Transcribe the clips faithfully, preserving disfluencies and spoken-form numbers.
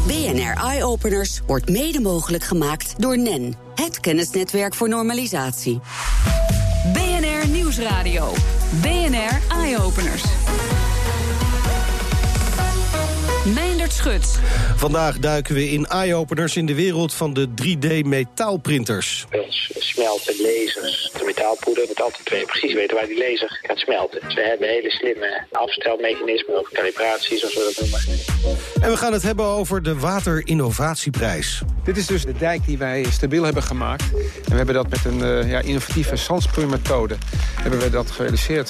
B N R Eye-Openers wordt mede mogelijk gemaakt door N E N, het kennisnetwerk voor normalisatie. B N R Nieuwsradio. B N R Eye-Openers. Meindert Schut. Vandaag duiken we in eye-openers in de wereld van de drie D-metaalprinters. Bij ons smelten lasers de metaalpoeder. Het altijd twee precies weten waar die laser gaat smelten. Dus we hebben hele slimme afstelmechanismen of calibratie, zoals we dat noemen. En we gaan het hebben over de Waterinnovatieprijs. Dit is dus de dijk die wij stabiel hebben gemaakt. En we hebben dat met een uh, ja, innovatieve zandsproeimethode hebben we dat gerealiseerd.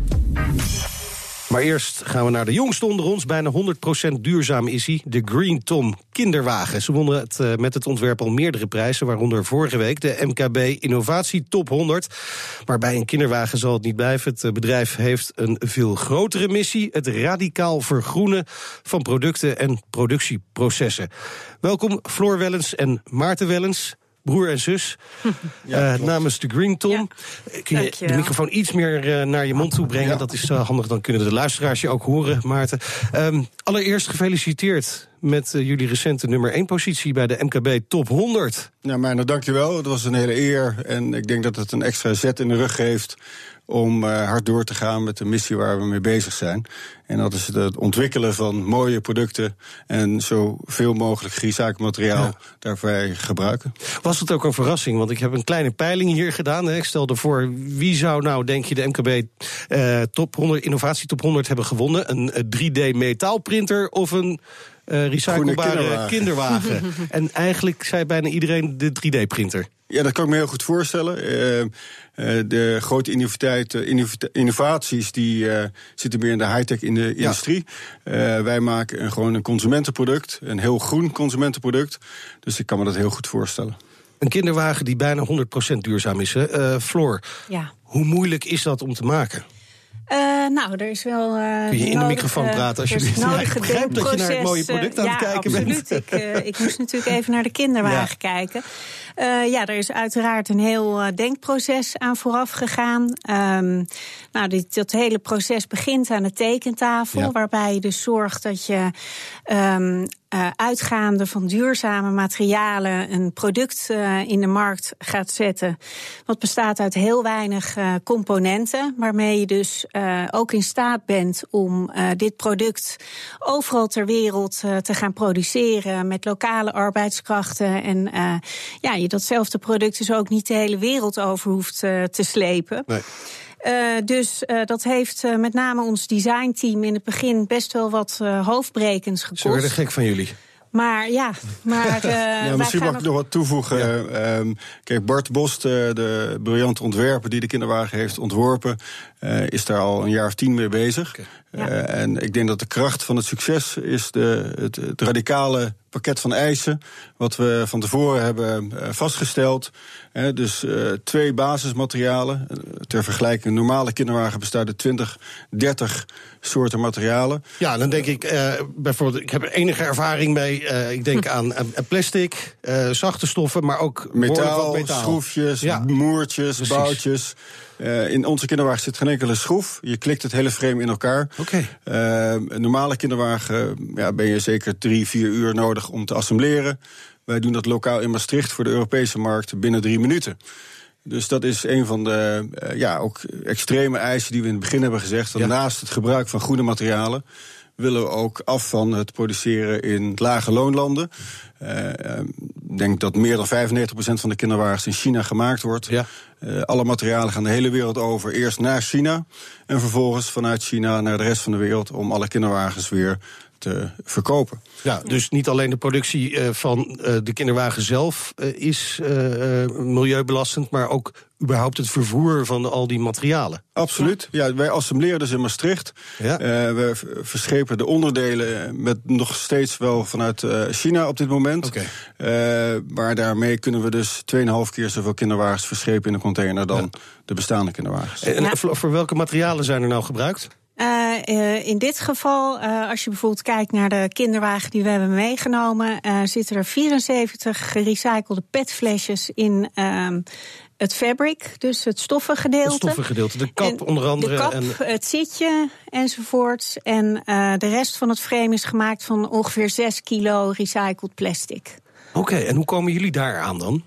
Maar eerst gaan we naar de jongste onder ons. Bijna honderd procent duurzaam is hij, de Green Tom kinderwagen. Ze wonnen het uh, met het ontwerp al meerdere prijzen, waaronder vorige week de M K B Innovatie Top honderd. Maar bij een kinderwagen zal het niet blijven. Het bedrijf heeft een veel grotere missie: het radicaal vergroenen van producten en productieprocessen. Welkom Floor Wellens en Maarten Wellens. Broer en zus, ja, uh, namens de Green Tom. Ja. Kun je de microfoon iets meer uh, naar je mond toe brengen? Ja. Dat is uh, handig, dan kunnen de luisteraars je ook horen, Maarten. Um, allereerst gefeliciteerd met uh, jullie recente nummer één positie bij de M K B Top honderd. Ja, Meijner, dankjewel. Het was een hele eer en ik denk dat het een extra zet in de rug geeft om uh, hard door te gaan met de missie waar we mee bezig zijn. En dat is het ontwikkelen van mooie producten en zoveel mogelijk gerecycled materiaal ja. daarvoor gebruiken. Was het ook een verrassing? Want ik heb een kleine peiling hier gedaan. Hè. Ik stelde voor, wie zou nou, denk je, de M K B uh, Top honderd, Innovatie Top honderd hebben gewonnen? Een drie D metaalprinter of een uh, recyclebare kinderwagen? kinderwagen. En eigenlijk zei bijna iedereen de drie D printer. Ja, dat kan ik me heel goed voorstellen. Uh, uh, de grote innovatie, uh, innovaties die uh, zitten meer in de high-tech in de industrie. Ja. Uh, wij maken een, gewoon een consumentenproduct, een heel groen consumentenproduct. Dus ik kan me dat heel goed voorstellen. Een kinderwagen die bijna honderd procent duurzaam is. Hè? Uh, Floor, ja. Hoe moeilijk is dat om te maken? Uh, nou, er is wel. Uh, Kun je in nodig, de microfoon praten alsjeblieft? Ja, ik begrijp dat je naar het mooie product aan uh, het ja, kijken absoluut. bent. Ik, uh, ik moest natuurlijk even naar de kinderwagen ja. kijken. Uh, ja, er is uiteraard een heel uh, denkproces aan vooraf gegaan. Um, nou, dit, dat hele proces begint aan de tekentafel, ja. waarbij je dus zorgt dat je um, uh, uitgaande van duurzame materialen een product uh, in de markt gaat zetten, wat bestaat uit heel weinig uh, componenten, waarmee je dus uh, ook in staat bent om uh, dit product overal ter wereld uh, te gaan produceren met lokale arbeidskrachten en uh, ja, je datzelfde product dus ook niet de hele wereld over hoeft uh, te slepen. Nee. Uh, dus uh, dat heeft uh, met name ons designteam in het begin best wel wat uh, hoofdbrekens gekost. Ze werden gek van jullie. Maar ja, maar... Uh, ja, misschien mag ik nog wat toevoegen. Ja. Um, kijk, Bart Bos, de, de briljante ontwerper die de kinderwagen heeft ontworpen, uh, is daar al een jaar of tien mee bezig. Okay. Ja. Uh, en ik denk dat de kracht van het succes is de, het, het radicale pakket van eisen wat we van tevoren hebben uh, vastgesteld. Uh, dus uh, twee basismaterialen. Uh, ter vergelijking, een normale kinderwagen bestaat uit twintig, dertig soorten materialen. Ja, dan denk ik uh, bijvoorbeeld, ik heb er enige ervaring mee. Uh, ik denk aan, aan plastic, uh, zachte stoffen, maar ook metaal, metaal. schroefjes, ja. moertjes, Precies. boutjes. Uh, in onze kinderwagen zit geen enkele schroef. Je klikt het hele frame in elkaar. Okay. Uh, een normale kinderwagen uh, ja, ben je zeker drie, vier uur nodig om te assembleren. Wij doen dat lokaal in Maastricht voor de Europese markt binnen drie minuten. Dus dat is een van de uh, ja, ook extreme eisen die we in het begin hebben gezegd. Ja. Naast het gebruik van groene materialen willen we ook af van het produceren in lage loonlanden. Uh, ik denk dat meer dan vijfennegentig procent van de kinderwagens in China gemaakt wordt. Ja. Uh, alle materialen gaan de hele wereld over. Eerst naar China en vervolgens vanuit China naar de rest van de wereld om alle kinderwagens weer te verkopen. Ja, dus niet alleen de productie uh, van uh, de kinderwagen zelf uh, is uh, uh, milieubelastend, maar ook überhaupt het vervoer van al die materialen. Absoluut. Ja, wij assembleren dus in Maastricht. Ja. Uh, we verschepen de onderdelen met nog steeds wel vanuit uh, China op dit moment. Okay. Uh, maar daarmee kunnen we dus tweeënhalf keer zoveel kinderwagens verschepen in een container dan ja. de bestaande kinderwagens. En, en voor welke materialen zijn er nou gebruikt? Uh, uh, in dit geval, uh, als je bijvoorbeeld kijkt naar de kinderwagen die we hebben meegenomen, uh, zitten er vierenzeventig gerecyclede petflesjes in uh, het fabric, dus het stoffengedeelte. Het stoffengedeelte, de kap en onder andere. De kap, en... het zitje enzovoort. En uh, de rest van het frame is gemaakt van ongeveer zes kilo recycled plastic. Oké, okay, en hoe komen jullie daar aan dan?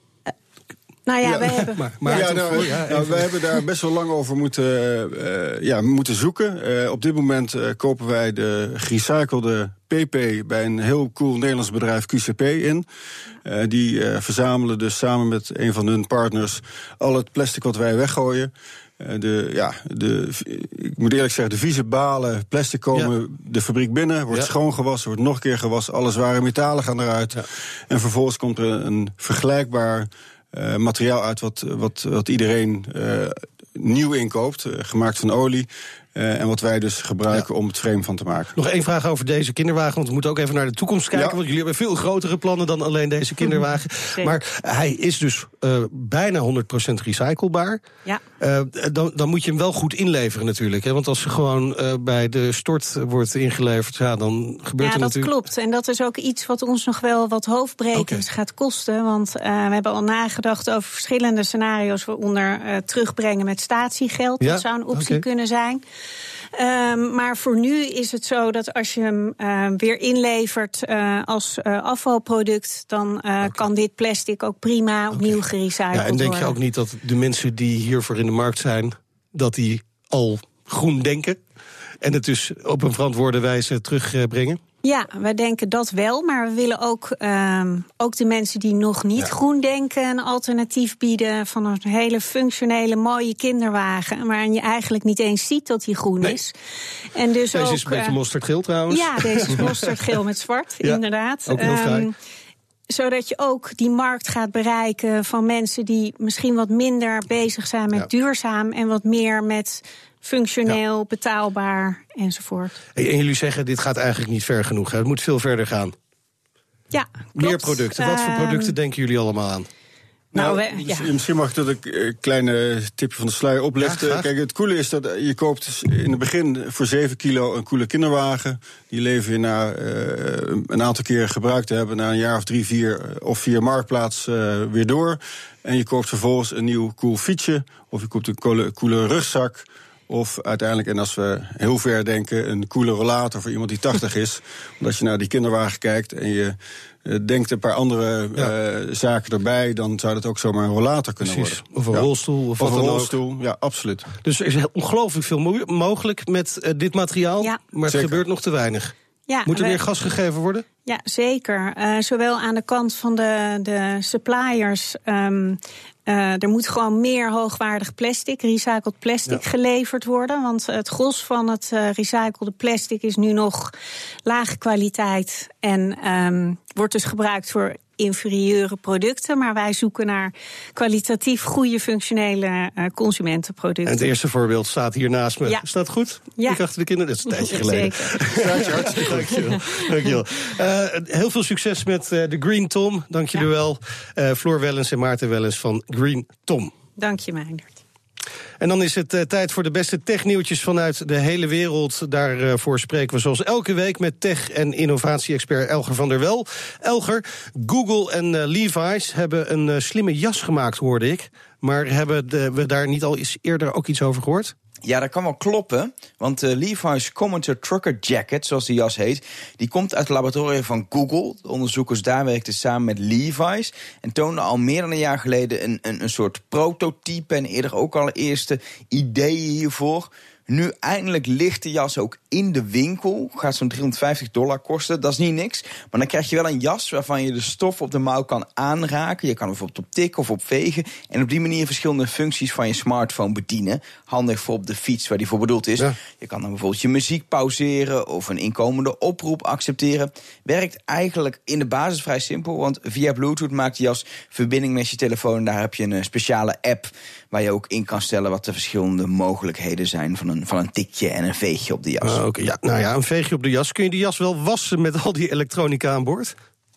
Nou ja, ja, wij hebben... Maar, maar ja, nou, ja, nou, wij hebben daar best wel lang over moeten, uh, ja, moeten zoeken. Uh, op dit moment uh, kopen wij de gerecyclede P P bij een heel cool Nederlands bedrijf Q C P in. Uh, die uh, verzamelen dus samen met een van hun partners al het plastic wat wij weggooien. Uh, de, ja, de, ik moet eerlijk zeggen, de vieze balen plastic komen ja. de fabriek binnen, wordt ja. schoongewassen, wordt nog een keer gewassen, alle zware metalen gaan eruit. Ja. En vervolgens komt er een vergelijkbaar Uh, materiaal uit wat, wat, wat iedereen uh, nieuw inkoopt, uh, gemaakt van olie. Uh, en wat wij dus gebruiken ja. om het frame van te maken. Nog één vraag over deze kinderwagen, want we moeten ook even naar de toekomst kijken. Ja. Want jullie hebben veel grotere plannen dan alleen deze kinderwagen. Zeker. Maar hij is dus uh, bijna honderd procent recyclebaar. Ja. Uh, dan, dan moet je hem wel goed inleveren natuurlijk. Hè? Want als ze gewoon uh, bij de stort wordt ingeleverd, ja, dan gebeurt ja, er natuurlijk... Ja, dat klopt. En dat is ook iets wat ons nog wel wat hoofdbrekens okay. gaat kosten. Want uh, we hebben al nagedacht over verschillende scenario's, waaronder uh, terugbrengen met statiegeld. Ja? Dat zou een optie okay. kunnen zijn. Um, maar voor nu is het zo dat als je hem uh, weer inlevert uh, als uh, afvalproduct, dan uh, okay. kan dit plastic ook prima opnieuw okay. gerecycled worden. Ja, en denk worden. je ook niet dat de mensen die hiervoor in de markt zijn, dat die al groen denken en het dus op een verantwoorde wijze terugbrengen? Ja, wij denken dat wel, maar we willen ook, um, ook de mensen die nog niet ja. groen denken een alternatief bieden van een hele functionele, mooie kinderwagen, waarin je eigenlijk niet eens ziet dat die groen nee. is. En dus deze ook, is een beetje uh, mosterdgeel trouwens. Ja, deze is mosterdgeel met zwart, ja, inderdaad. Ook heel fraai. Um, zodat je ook die markt gaat bereiken van mensen die misschien wat minder bezig zijn met ja. duurzaam en wat meer met functioneel, ja. betaalbaar enzovoort. En jullie zeggen, dit gaat eigenlijk niet ver genoeg. Hè? Het moet veel verder gaan. Ja, meer klopt. producten. Wat voor producten um, denken jullie allemaal aan? Nou, nou we, ja. Misschien mag ik dat een kleine tipje van de sluier oplichten. Ja, Kijk, het coole is dat je koopt in het begin voor zeven kilo een coole kinderwagen. Die lever je na uh, een aantal keer gebruikt te hebben, na een jaar of drie, vier of vier marktplaats uh, weer door. En je koopt vervolgens een nieuw cool fietsje, of je koopt een coole, coole rugzak. Of uiteindelijk, en als we heel ver denken, een coole rollator voor iemand die tachtig is. Omdat je naar die kinderwagen kijkt en je uh, denkt een paar andere ja. uh, zaken erbij, dan zou dat ook zomaar een rollator kunnen Precies. worden. Of een ja. rolstoel. Of, of wat een dan rolstoel, ook. ja, absoluut. Dus er is ongelooflijk veel mo- mogelijk met uh, dit materiaal, ja. maar het Zeker. gebeurt nog te weinig. Ja, Moet er we, meer gas gegeven worden? Ja, zeker. Uh, zowel aan de kant van de, de suppliers. Um, uh, er moet gewoon meer hoogwaardig plastic, recycled plastic, ja. geleverd worden. Want het gros van het uh, recyclede plastic is nu nog lage kwaliteit en um, wordt dus gebruikt voor inferieure producten, maar wij zoeken naar kwalitatief goede functionele uh, consumentenproducten. En het eerste voorbeeld staat hier naast me. Ja. Staat goed? Ja. Ik achter de kinderen, dat is een tijdje geleden. Zeker. Dank je hartstikke goed. Dankjewel. Dankjewel. Uh, heel veel succes met uh, de Green Tom. Dank jullie ja. wel. Uh, Floor Wellens en Maarten Wellens van Green Tom. Dank je, Meindert. En dan is het uh, tijd voor de beste technieuwtjes vanuit de hele wereld. Daarvoor uh, spreken we zoals elke week met tech- en innovatie-expert Elger van der Wel. Elger, Google en uh, Levi's hebben een uh, slimme jas gemaakt, hoorde ik. Maar hebben de, we daar niet al eens eerder ook iets over gehoord? Ja, dat kan wel kloppen, want uh, Levi's Commenter Trucker Jacket, zoals die jas heet, die komt uit het laboratorium van Google. De onderzoekers daar werkten samen met Levi's en toonden al meer dan een jaar geleden een, een, een soort prototype en eerder ook al eerste ideeën hiervoor. Nu eindelijk ligt de jas ook in de winkel. Gaat zo'n driehonderdvijftig dollar kosten. Dat is niet niks. Maar dan krijg je wel een jas waarvan je de stof op de mouw kan aanraken. Je kan er bijvoorbeeld op tikken of op vegen. En op die manier verschillende functies van je smartphone bedienen. Handig voor op de fiets waar die voor bedoeld is. Ja. Je kan dan bijvoorbeeld je muziek pauzeren of een inkomende oproep accepteren. Werkt eigenlijk in de basis vrij simpel. Want via Bluetooth maakt de jas verbinding met je telefoon. En daar heb je een speciale app waar je ook in kan stellen wat de verschillende mogelijkheden zijn van een, van een tikje en een veegje op de jas. Uh, okay. ja, nou ja, een veegje op de jas. Kun je die jas wel wassen met al die elektronica aan boord?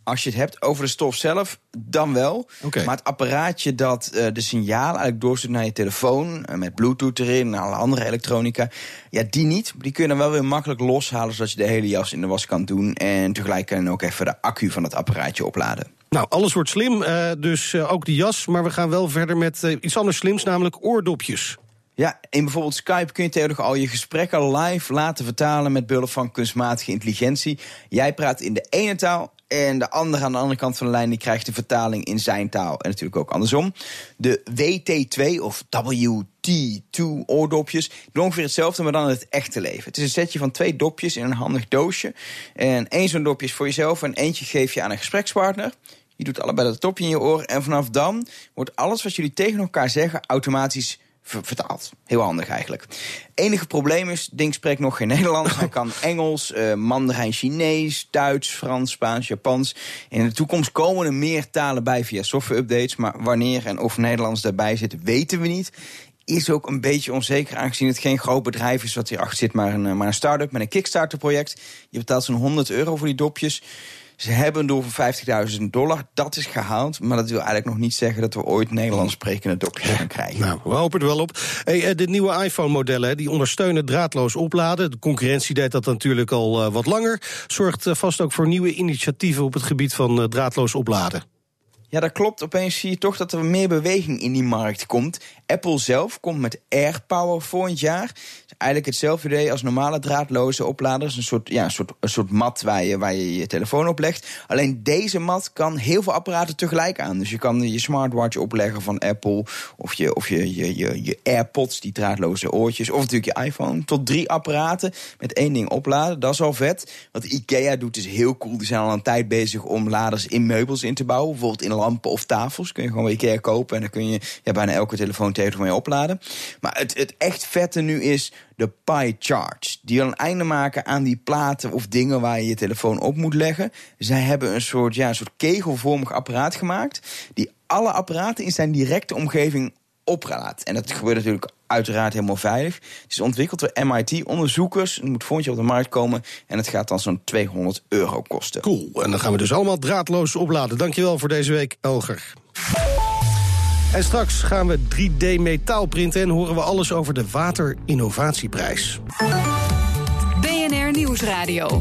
Als je het hebt over de stof zelf, dan wel. Okay. Maar het apparaatje dat uh, de signaal eigenlijk doorstuurt naar je telefoon, uh, met Bluetooth erin en alle andere elektronica, ja, die niet. Die kun je dan wel weer makkelijk loshalen, zodat je de hele jas in de was kan doen. En tegelijk kan je ook even de accu van het apparaatje opladen. Nou, alles wordt slim, uh, dus uh, ook die jas. Maar we gaan wel verder met uh, iets anders slims, namelijk oordopjes. Ja, in bijvoorbeeld Skype kun je tegenwoordig al je gesprekken live laten vertalen met behulp van kunstmatige intelligentie. Jij praat in de ene taal en de andere aan de andere kant van de lijn die krijgt de vertaling in zijn taal. En natuurlijk ook andersom. De W T twee of W T twee oordopjes doen ongeveer hetzelfde, maar dan in het echte leven. Het is een setje van twee dopjes in een handig doosje. En één zo'n dopje is voor jezelf en eentje geef je aan een gesprekspartner. Je doet allebei dat dopje in je oor en vanaf dan wordt alles wat jullie tegen elkaar zeggen automatisch vertaald. Heel handig eigenlijk. Enige probleem is, het ding spreekt nog geen Nederlands. Hij kan Engels, uh, Mandarijn Chinees, Duits, Frans, Spaans, Japans. In de toekomst komen er meer talen bij via software-updates. Maar wanneer en of Nederlands daarbij zit, weten we niet. Is ook een beetje onzeker, aangezien het geen groot bedrijf is wat hierachter zit, maar een, maar een start-up met een Kickstarter-project. Je betaalt zo'n honderd euro voor die dopjes. Ze hebben een doel van vijftigduizend dollar. Dat is gehaald, maar dat wil eigenlijk nog niet zeggen dat we ooit Nederlands sprekende dopjes gaan krijgen. Nou, we hopen er wel op. Hey, de nieuwe iPhone-modellen die ondersteunen draadloos opladen. De concurrentie deed dat natuurlijk al uh, wat langer. Zorgt uh, vast ook voor nieuwe initiatieven op het gebied van uh, draadloos opladen. Ja, dat klopt. Opeens zie je toch dat er meer beweging in die markt komt. Apple zelf komt met AirPower volgend jaar. Het is eigenlijk hetzelfde idee als normale draadloze opladers. Een soort, ja, een soort, een soort mat waar je, waar je je telefoon op legt. Alleen deze mat kan heel veel apparaten tegelijk aan. Dus je kan je smartwatch opleggen van Apple, of je, of je, je, je, je AirPods, die draadloze oortjes, of natuurlijk je iPhone. Tot drie apparaten met één ding opladen. Dat is al vet. Wat IKEA doet is heel cool. Die zijn al een tijd bezig om laders in meubels in te bouwen. Bijvoorbeeld in lampen of tafels. Kun je gewoon bij IKEA kopen en dan kun je ja, bijna elke telefoon tegen mee opladen. Maar het, het echt vette nu is de Pi Charge. Die wil een einde maken aan die platen of dingen waar je je telefoon op moet leggen. Zij hebben een soort, ja, een soort kegelvormig apparaat gemaakt die alle apparaten in zijn directe omgeving opraadt. En dat gebeurt natuurlijk uiteraard helemaal veilig. Het is ontwikkeld door M I T-onderzoekers. Het moet volgend jaar op de markt komen en het gaat dan zo'n tweehonderd euro kosten. Cool, en dan gaan we dus allemaal draadloos opladen. Dankjewel voor deze week, Elger. En straks gaan we drie D metaal printen en horen we alles over de Water-innovatieprijs. B N R Nieuwsradio.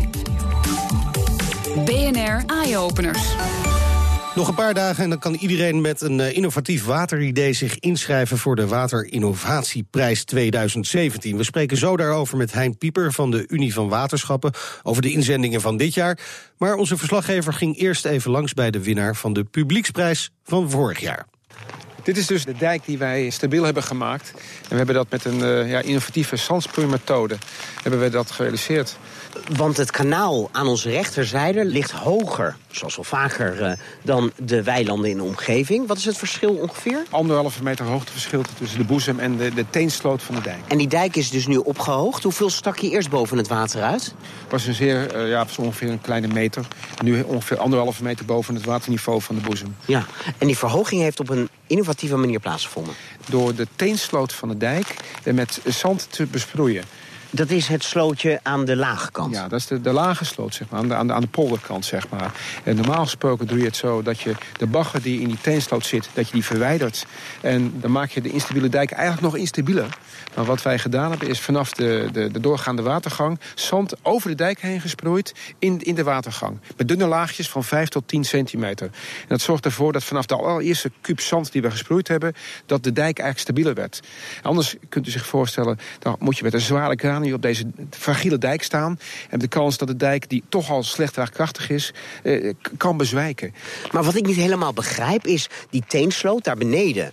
B N R Eye-openers. Nog een paar dagen en dan kan iedereen met een uh, innovatief wateridee zich inschrijven voor de Water-innovatieprijs tweeduizend zeventien. We spreken zo daarover met Hein Pieper van de Unie van Waterschappen over de inzendingen van dit jaar. Maar onze verslaggever ging eerst even langs bij de winnaar van de publieksprijs van vorig jaar. Dit is dus de dijk die wij stabiel hebben gemaakt. En we hebben dat met een uh, ja, innovatieve zandsproeimethode hebben we dat gerealiseerd. Want het kanaal aan onze rechterzijde ligt hoger, zoals wel vaker, uh, dan de weilanden in de omgeving. Wat is het verschil ongeveer? Anderhalve meter hoogteverschil tussen de boezem en de, de teensloot van de dijk. En die dijk is dus nu opgehoogd. Hoeveel stak je eerst boven het water uit? Het was een zeer, uh, ja, was ongeveer een kleine meter. Nu ongeveer anderhalve meter boven het waterniveau van de boezem. Ja, en die verhoging heeft op een innovatieve manier plaatsgevonden. Door de teensloot van de dijk met zand te besproeien. Dat is het slootje aan de lage kant? Ja, dat is de, de lage sloot, zeg maar, aan de, aan de, aan de polderkant, zeg maar. En normaal gesproken doe je het zo dat je de bagger die in die teensloot zit, dat je die verwijdert. En dan maak je de instabiele dijk eigenlijk nog instabieler. Maar wat wij gedaan hebben is vanaf de, de, de doorgaande watergang zand over de dijk heen gesproeid in, in de watergang. Met dunne laagjes van vijf tot tien centimeter. En dat zorgt ervoor dat vanaf de allereerste kuub zand die we gesproeid hebben, dat de dijk eigenlijk stabieler werd. Anders kunt u zich voorstellen, dan moet je met een zware kraan op deze fragiele dijk staan. En de kans dat de dijk, die toch al slecht draagkrachtig is, eh, kan bezwijken. Maar wat ik niet helemaal begrijp is, die teensloot daar beneden,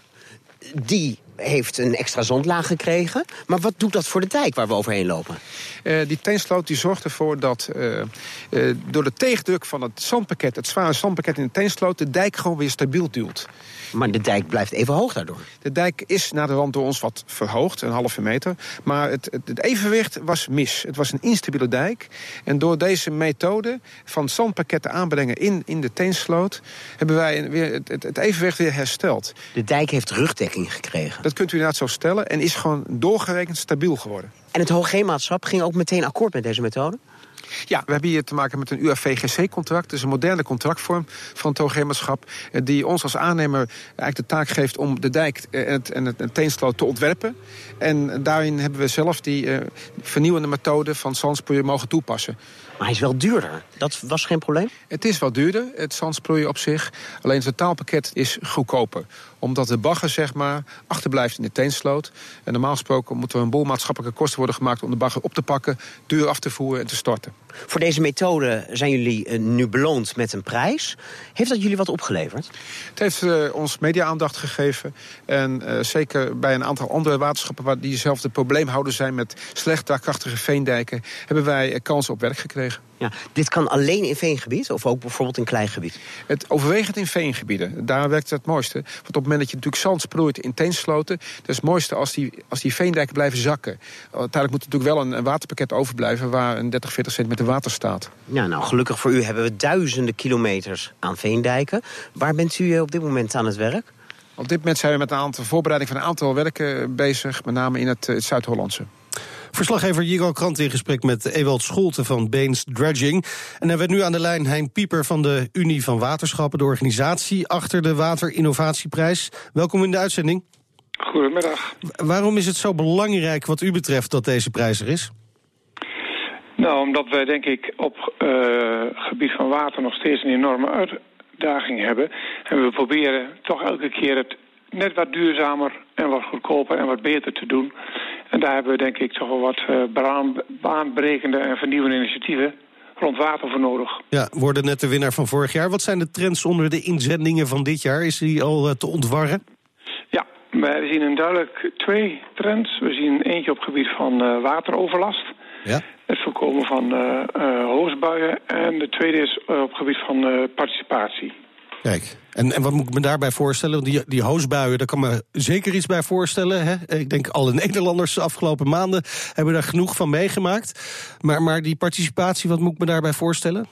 die heeft een extra zandlaag gekregen. Maar wat doet dat voor de dijk waar we overheen lopen? Uh, die teensloot die zorgt ervoor dat uh, uh, door de tegendruk van het zandpakket, het zware zandpakket in de teensloot, de dijk gewoon weer stabiel duwt. Maar de dijk blijft even hoog daardoor? De dijk is naar de rand door ons wat verhoogd, een halve meter. Maar het, het, het evenwicht was mis. Het was een instabiele dijk. En door deze methode van zandpakketten aanbrengen in, in de teensloot, hebben wij weer het, het, het evenwicht weer hersteld. De dijk heeft rugdekking gekregen? Dat kunt u inderdaad zo stellen en is gewoon doorgerekend stabiel geworden. En het Hoogheemraadschap ging ook meteen akkoord met deze methode? Ja, we hebben hier te maken met een U A V G C-contract. Dat is een moderne contractvorm van het hoogheemmaatschap, die ons als aannemer eigenlijk de taak geeft om de dijk en het, en het teensloot te ontwerpen. En daarin hebben we zelf die uh, vernieuwende methode van zandsproeien mogen toepassen. Maar hij is wel duurder. Dat was geen probleem? Het is wat duurder, het zandsproeien op zich. Alleen het totaalpakket is goedkoper. Omdat de bagger, zeg maar, achterblijft in de teensloot. En normaal gesproken moeten er een boel maatschappelijke kosten worden gemaakt om de bagger op te pakken, duur af te voeren en te storten. Voor deze methode zijn jullie uh, nu beloond met een prijs. Heeft dat jullie wat opgeleverd? Het heeft uh, ons media-aandacht gegeven. En uh, zeker bij een aantal andere waterschappen waar diezelfde probleemhouders zijn met slecht daadkrachtige veendijken, hebben wij uh, kansen op werk gekregen. Ja, dit kan alleen in veengebied of ook bijvoorbeeld in kleigebied? Het overwegend in veengebieden. Daar werkt het het mooiste. Want op het moment dat je natuurlijk zand sproeit in teensloten, dat is het mooiste als die, als die veendijken blijven zakken. Uiteindelijk moet er natuurlijk wel een, een waterpakket overblijven waar een dertig, veertig centimeter water staat. Ja, nou, gelukkig voor u hebben we duizenden kilometers aan veendijken. Waar bent u op dit moment aan het werk? Op dit moment zijn we met een aantal voorbereiding van een aantal werken bezig, met name in het, het Zuid-Hollandse. Verslaggever Jigo Krant in gesprek met Ewald Scholte van Beens Dredging. En dan werd nu aan de lijn Hein Pieper van de Unie van Waterschappen, de organisatie achter de Waterinnovatieprijs. Welkom in de uitzending. Goedemiddag. Waarom is het zo belangrijk wat u betreft dat deze prijs er is? Nou, omdat wij denk ik op uh, gebied van water nog steeds een enorme uitdaging hebben. En we proberen toch elke keer het net wat duurzamer en wat goedkoper en wat beter te doen. En daar hebben we denk ik toch wel wat uh, baan, baanbrekende en vernieuwende initiatieven rond water voor nodig. Ja, we worden net de winnaar van vorig jaar. Wat zijn de trends onder de inzendingen van dit jaar? Is die al uh, te ontwarren? Ja, we zien een duidelijk twee trends. We zien eentje op het gebied van uh, wateroverlast. Ja. Het voorkomen van uh, uh, hoosbuien. En de tweede is uh, op het gebied van uh, participatie. Kijk, en, en wat moet ik me daarbij voorstellen? Want die, die hoosbuien, daar kan me zeker iets bij voorstellen. Hè? Ik denk alle Nederlanders de afgelopen maanden hebben daar genoeg van meegemaakt. Maar, maar die participatie, wat moet ik me daarbij voorstellen?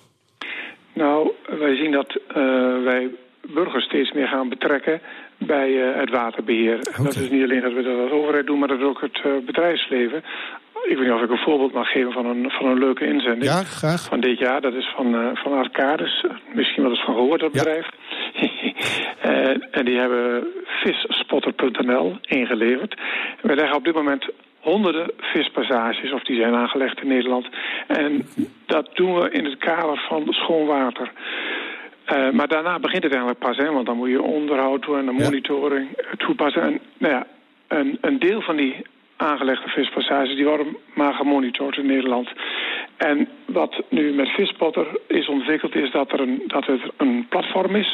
Nou, wij zien dat uh, wij burgers steeds meer gaan betrekken bij uh, het waterbeheer. Okay. Dat is niet alleen dat we dat als overheid doen, maar dat is ook het uh, bedrijfsleven. Ik weet niet of ik een voorbeeld mag geven van een, van een leuke inzending. Ja, graag. Van dit jaar, dat is van, uh, van Arcades. Misschien wel eens van gehoord, dat bedrijf. Ja. uh, en die hebben visspotter punt n l ingeleverd. Wij leggen op dit moment honderden vispassages, of die zijn aangelegd in Nederland. En dat doen we in het kader van schoon water. Uh, maar daarna begint het eigenlijk pas, hè, want dan moet je onderhoud doen en de monitoring ja. toepassen. En nou ja, een, een deel van die aangelegde vispassages, die worden maar gemonitord in Nederland. En wat nu met Vispotter is ontwikkeld, is dat er een, dat er een platform is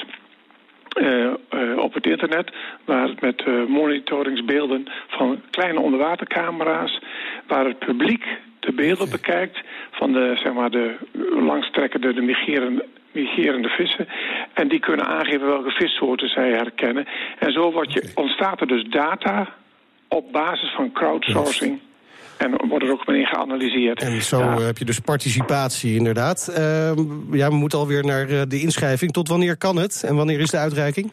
uh, uh, op het internet, waar het met uh, monitoringsbeelden van kleine onderwatercamera's, waar het publiek de beelden bekijkt van de, zeg maar, de langstrekkende, de migrerende, migrerende vissen. En die kunnen aangeven welke vissoorten zij herkennen. En zo wordt je, ontstaat er dus data op basis van crowdsourcing. Yes. En wordt er ook meteen geanalyseerd. En zo ja. heb je dus participatie inderdaad. Uh, ja, we moeten alweer naar de inschrijving. Tot wanneer kan het? En wanneer is de uitreiking?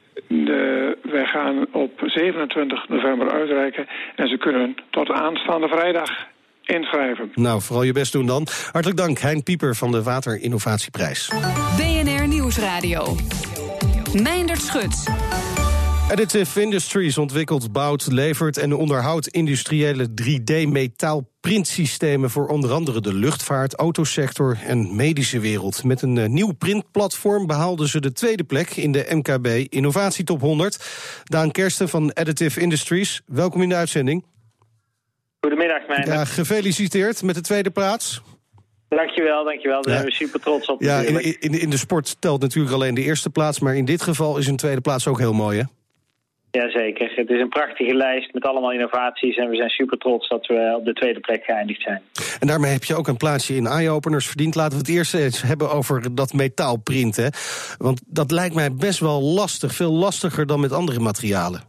De, wij gaan op zevenentwintig november uitreiken. En ze kunnen tot aanstaande vrijdag inschrijven. Nou, vooral je best doen dan. Hartelijk dank, Hein Pieper van de Waterinnovatieprijs. B N R Nieuwsradio. Meindert Schut. Additive Industries ontwikkelt, bouwt, levert en onderhoudt industriële drie D-metaalprintsystemen voor onder andere de luchtvaart, autosector en medische wereld. Met een uh, nieuw printplatform behaalden ze de tweede plek in de M K B Innovatietop honderd. Daan Kersten van Additive Industries, welkom in de uitzending. Goedemiddag, Meijner. Ja, gefeliciteerd met de tweede plaats. Dankjewel, dankjewel. Daar ja. zijn we super trots op. Ja, in, in, in de sport telt natuurlijk alleen de eerste plaats, maar in dit geval is een tweede plaats ook heel mooi, hè? Jazeker. Het is een prachtige lijst met allemaal innovaties en we zijn super trots dat we op de tweede plek geëindigd zijn. En daarmee heb je ook een plaatsje in Eye-Openers verdiend. Laten we het eerst eens hebben over dat metaalprinten. Want dat lijkt mij best wel lastig, veel lastiger dan met andere materialen.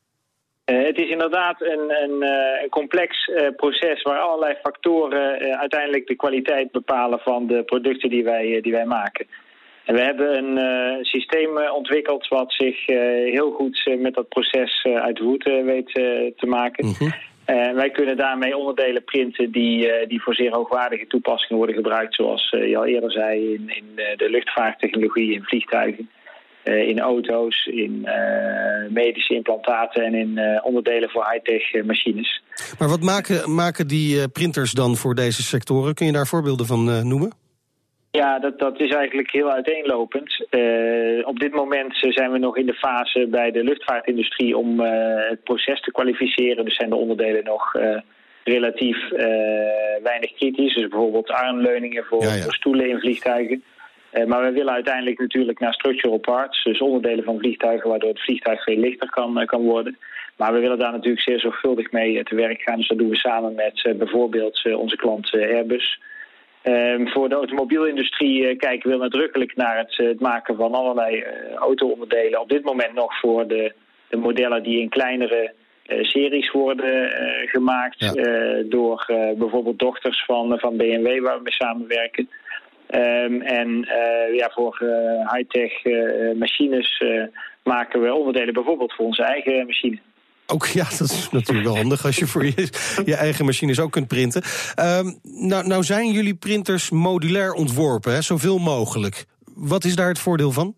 Uh, het is inderdaad een, een, uh, een complex uh, proces waar allerlei factoren uh, uiteindelijk de kwaliteit bepalen van de producten die wij, uh, die wij maken. En we hebben een uh, systeem uh, ontwikkeld wat zich uh, heel goed uh, met dat proces uh, uit de voeten uh, weet uh, te maken. Mm-hmm. Uh, wij kunnen daarmee onderdelen printen die, uh, die voor zeer hoogwaardige toepassingen worden gebruikt, zoals uh, je al eerder zei, in, in uh, de luchtvaarttechnologie, in vliegtuigen, uh, in auto's, in uh, medische implantaten en in uh, onderdelen voor high-tech uh, machines. Maar wat maken, maken die uh, printers dan voor deze sectoren? Kun je daar voorbeelden van uh, noemen? Ja, dat, dat is eigenlijk heel uiteenlopend. Uh, op dit moment zijn we nog in de fase bij de luchtvaartindustrie om uh, het proces te kwalificeren. Dus zijn de onderdelen nog uh, relatief uh, weinig kritisch. Dus bijvoorbeeld armleuningen voor, ja, ja. voor stoelen in vliegtuigen. Uh, maar we willen uiteindelijk natuurlijk naar structural parts. Dus onderdelen van vliegtuigen waardoor het vliegtuig veel lichter kan, uh, kan worden. Maar we willen daar natuurlijk zeer zorgvuldig mee uh, te werk gaan. Dus dat doen we samen met uh, bijvoorbeeld uh, onze klant uh, Airbus. Um, voor de automobielindustrie uh, kijken we nadrukkelijk naar het, uh, het maken van allerlei uh, auto-onderdelen. Op dit moment nog voor de, de modellen die in kleinere uh, series worden uh, gemaakt. Ja. Uh, door uh, bijvoorbeeld dochters van, van B M W waar we mee samenwerken. Um, en uh, ja, voor uh, high-tech uh, machines uh, maken we onderdelen bijvoorbeeld voor onze eigen machine. Ook ja, dat is natuurlijk wel handig als je voor je, je eigen machines ook kunt printen. Um, nou, nou zijn jullie printers modulair ontworpen, hè, zoveel mogelijk. Wat is daar het voordeel van?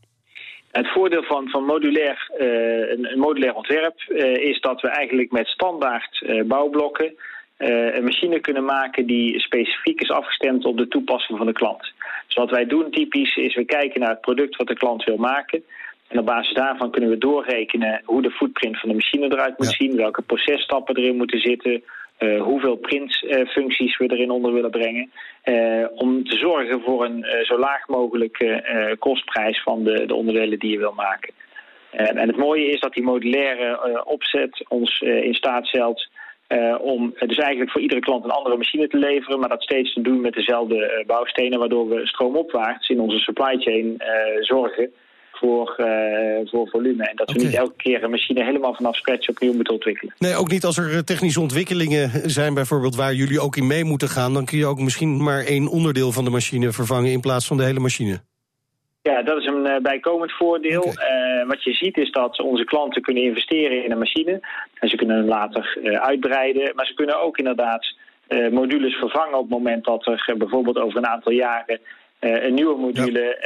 Het voordeel van, van modulair, uh, een, een modulair ontwerp uh, is dat we eigenlijk met standaard uh, bouwblokken uh, een machine kunnen maken die specifiek is afgestemd op de toepassing van de klant. Dus wat wij doen typisch is we kijken naar het product wat de klant wil maken. En op basis daarvan kunnen we doorrekenen hoe de footprint van de machine eruit moet ja. zien, welke processtappen erin moeten zitten, uh, hoeveel printfuncties uh, we erin onder willen brengen. Uh, om te zorgen voor een uh, zo laag mogelijke uh, kostprijs van de, de onderdelen die je wil maken. Uh, en het mooie is dat die modulaire uh, opzet ons uh, in staat stelt uh, om uh, dus eigenlijk voor iedere klant een andere machine te leveren, maar dat steeds te doen met dezelfde uh, bouwstenen, waardoor we stroomopwaarts in onze supply chain uh, zorgen voor, uh, voor volume. En dat we okay. niet elke keer een machine helemaal vanaf scratch opnieuw moeten ontwikkelen. Nee, ook niet als er technische ontwikkelingen zijn bijvoorbeeld waar jullie ook in mee moeten gaan, dan kun je ook misschien maar één onderdeel van de machine vervangen in plaats van de hele machine. Ja, dat is een uh, bijkomend voordeel. Okay. Uh, wat je ziet is dat onze klanten kunnen investeren in een machine. En ze kunnen hem later uh, uitbreiden. Maar ze kunnen ook inderdaad uh, modules vervangen op het moment dat er uh, bijvoorbeeld over een aantal jaren Uh, een nieuwe module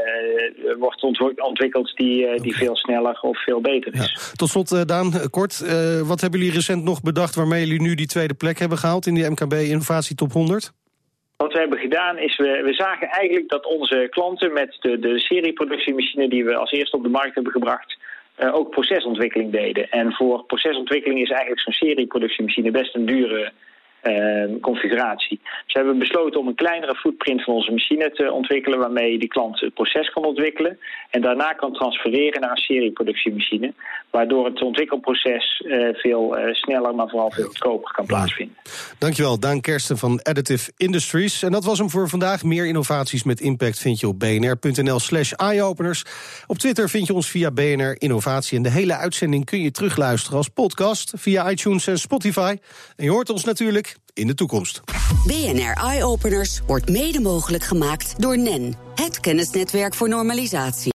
ja. uh, wordt ontwikkeld die, uh, die okay. veel sneller of veel beter is. Ja. Tot slot, uh, Daan, kort. Uh, wat hebben jullie recent nog bedacht waarmee jullie nu die tweede plek hebben gehaald in die M K B Innovatie Top honderd? Wat we hebben gedaan is, we, we zagen eigenlijk dat onze klanten met de, de serieproductiemachine die we als eerste op de markt hebben gebracht, uh, ook procesontwikkeling deden. En voor procesontwikkeling is eigenlijk zo'n serieproductiemachine best een dure Uh, configuratie. Dus we hebben besloten om een kleinere footprint van onze machine te ontwikkelen, waarmee die klant het proces kan ontwikkelen en daarna kan transfereren naar een serieproductiemachine, waardoor het ontwikkelproces uh, veel uh, sneller, maar vooral veel goedkoper kan plaatsvinden. Dankjewel, Daan Kersten van Additive Industries. En dat was hem voor vandaag. Meer innovaties met impact vind je op bnr.nl slash eyeopeners. Op Twitter vind je ons via B N R Innovatie. En de hele uitzending kun je terugluisteren als podcast via iTunes en Spotify. En je hoort ons natuurlijk in de toekomst. B N R Eyeopeners wordt mede mogelijk gemaakt door N E N, het kennisnetwerk voor normalisatie.